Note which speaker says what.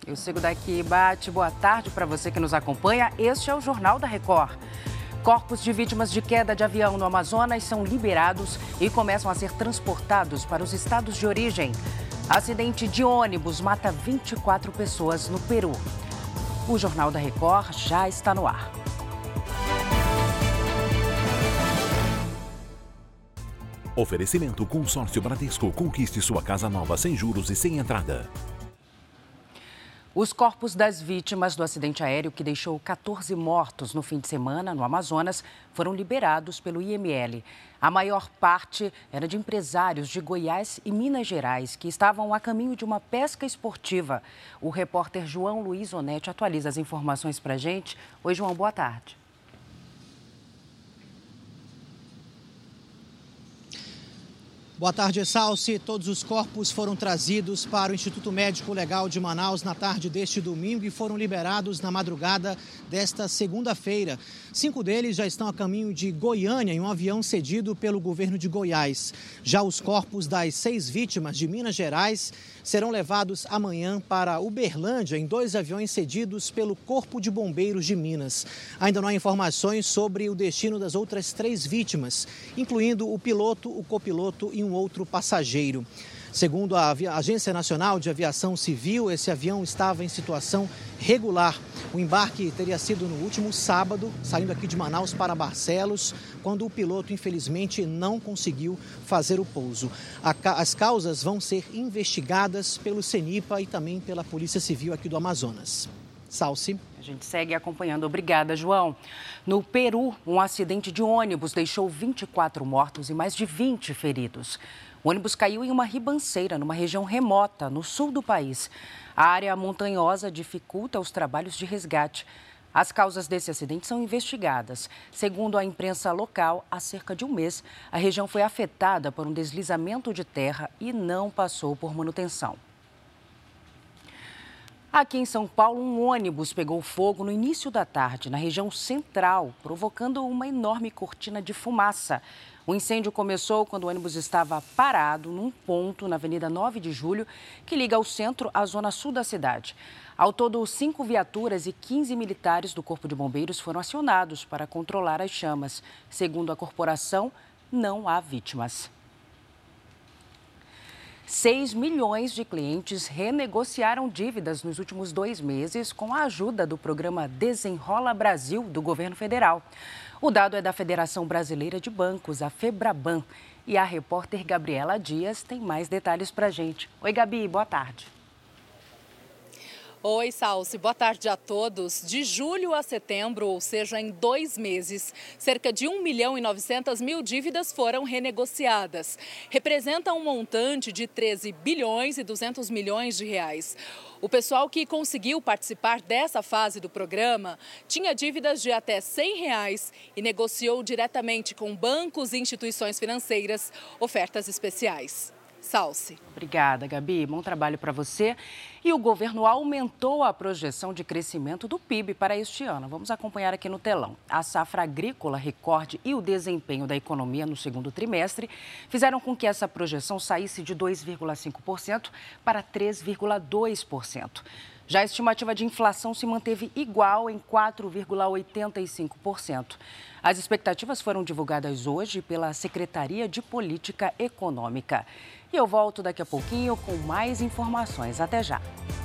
Speaker 1: Eu sigo daqui, Bate. Boa tarde para você que nos acompanha. Este é o Jornal da Record. Corpos de vítimas de queda de avião no Amazonas são liberados e começam a ser transportados para os estados de origem. Acidente de ônibus mata 24 pessoas no Peru. O Jornal da Record já está no ar.
Speaker 2: Oferecimento Consórcio Bradesco. Conquiste sua casa nova sem juros e sem entrada.
Speaker 1: Os corpos das vítimas do acidente aéreo que deixou 14 mortos no fim de semana no Amazonas foram liberados pelo IML. A maior parte era de empresários de Goiás e Minas Gerais que estavam a caminho de uma pesca esportiva. O repórter João Luiz Onetti atualiza as informações para a gente. Oi, João, boa tarde.
Speaker 3: Boa tarde, Salsi. Todos os corpos foram trazidos para o Instituto Médico Legal de Manaus na tarde deste domingo e foram liberados na madrugada desta segunda-feira. 5 deles já estão a caminho de Goiânia em um avião cedido pelo governo de Goiás. Já os corpos das 6 vítimas de Minas Gerais serão levados amanhã para Uberlândia em 2 aviões cedidos pelo Corpo de Bombeiros de Minas. Ainda não há informações sobre o destino das outras 3 vítimas, incluindo o piloto, o copiloto e um outro passageiro. Segundo a Agência Nacional de Aviação Civil, esse avião estava em situação regular. O embarque teria sido no último sábado, saindo aqui de Manaus para Barcelos, quando o piloto, infelizmente, não conseguiu fazer o pouso. As causas vão ser investigadas pelo CENIPA e também pela Polícia Civil aqui do Amazonas. Salsi.
Speaker 1: A gente segue acompanhando. Obrigada, João. No Peru, um acidente de ônibus deixou 24 mortos e mais de 20 feridos. O ônibus caiu em uma ribanceira, numa região remota, no sul do país. A área montanhosa dificulta os trabalhos de resgate. As causas desse acidente são investigadas. Segundo a imprensa local, há cerca de um mês, a região foi afetada por um deslizamento de terra e não passou por manutenção. Aqui em São Paulo, um ônibus pegou fogo no início da tarde, na região central, provocando uma enorme cortina de fumaça. O incêndio começou quando o ônibus estava parado num ponto na Avenida 9 de Julho, que liga o centro à zona sul da cidade. Ao todo, 5 viaturas e 15 militares do Corpo de Bombeiros foram acionados para controlar as chamas. Segundo a corporação, não há vítimas. 6 milhões de clientes renegociaram dívidas nos últimos 2 meses com a ajuda do programa Desenrola Brasil do governo federal. O dado é da Federação Brasileira de Bancos, a FEBRABAN. E a repórter Gabriela Dias tem mais detalhes para a gente. Oi, Gabi, boa tarde.
Speaker 4: Oi, Salsi. Boa tarde a todos. De julho a setembro, ou seja, em 2 meses, cerca de 1.900.000 dívidas foram renegociadas. Representa um montante de 13 bilhões e 200 milhões de reais. O pessoal que conseguiu participar dessa fase do programa tinha dívidas de até R$ 100 e negociou diretamente com bancos e instituições financeiras ofertas especiais. Salsi.
Speaker 1: Obrigada, Gabi. Bom trabalho para você. E o governo aumentou a projeção de crescimento do PIB para este ano. Vamos acompanhar aqui no telão. A safra agrícola recorde e o desempenho da economia no segundo trimestre fizeram com que essa projeção saísse de 2,5% para 3,2%. Já a estimativa de inflação se manteve igual em 4,85%. As expectativas foram divulgadas hoje pela Secretaria de Política Econômica. E eu volto daqui a pouquinho com mais informações. Até já.